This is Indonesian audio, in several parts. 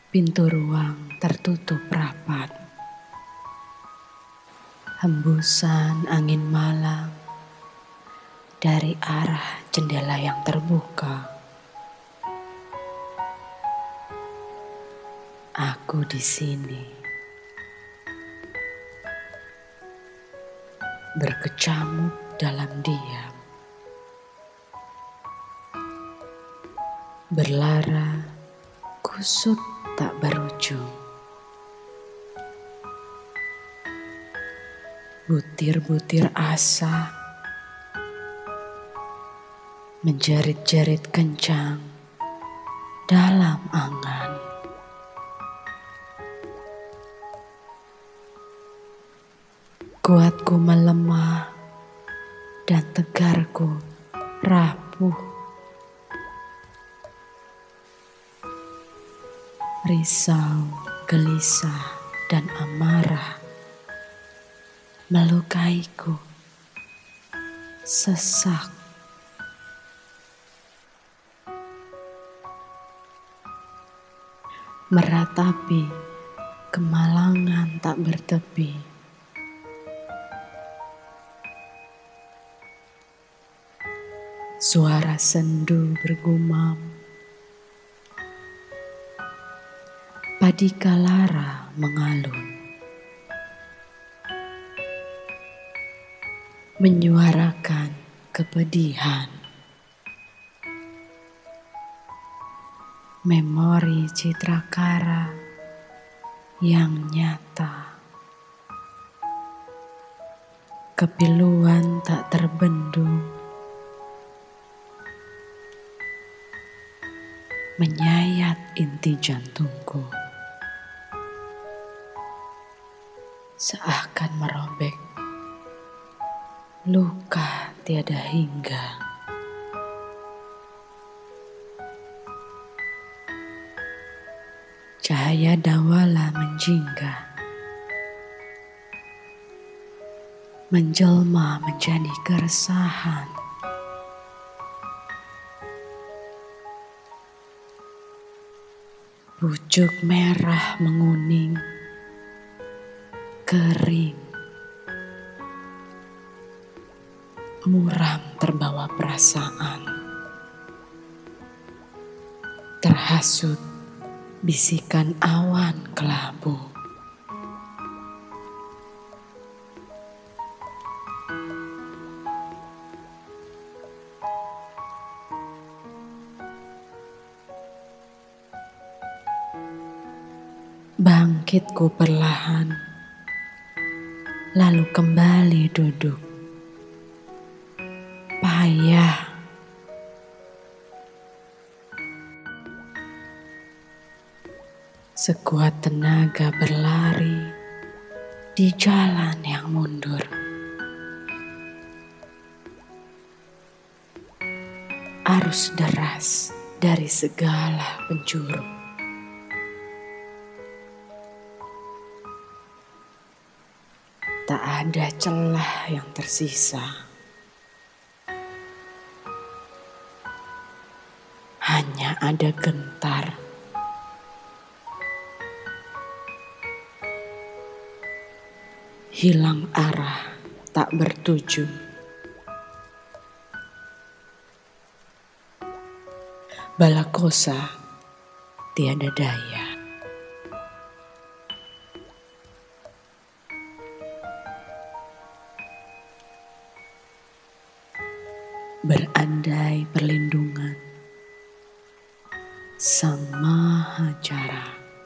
Pintu ruang tertutup rapat. Hembusan angin malam dari arah jendela yang terbuka. Aku di sini, berkecamuk dalam diam, berlara kusut tak berujung. Butir-butir asa menjerit-jerit kencang dalam angan. Kuatku melemah dan tegarku rapuh. Risau, gelisah, dan amarah melukaiku, sesak. Meratapi kemalangan tak bertepi. Suara sendu bergumam, padika lara mengalun, menyuarakan kepedihan. Memori citrakara yang nyata, kepiluan tak terbendung, menyayat inti jantungku, seakan merobek luka tiada hingga. Cahaya dawala menjingga, menjelma menjadi keresahan. Pucuk merah menguning, kering, muram terbawa perasaan, terhasut bisikan awan kelabu. Bangkitku perlahan, lalu kembali duduk. Payah. Sekuat tenaga berlari di jalan yang mundur. Arus deras dari segala penjuru. Tak ada celah yang tersisa. Hanya ada gentar. Hilang arah tak bertuju. Balakosa tiada daya. Berandai perlindungan Sang Maha Cara.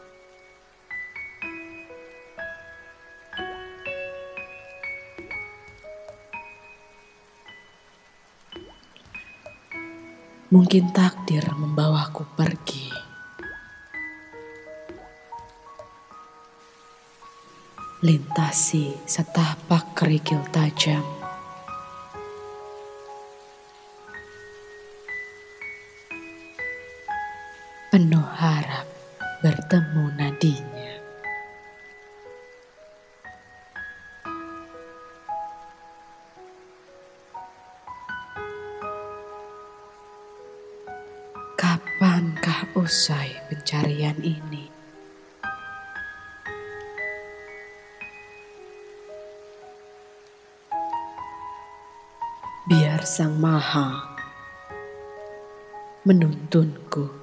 Mungkin takdir membawaku pergi. Lintasi setapak kerikil tajam. Penuh harap bertemu nadinya. Kapankah usai pencarian ini? Sang Maha menuntunku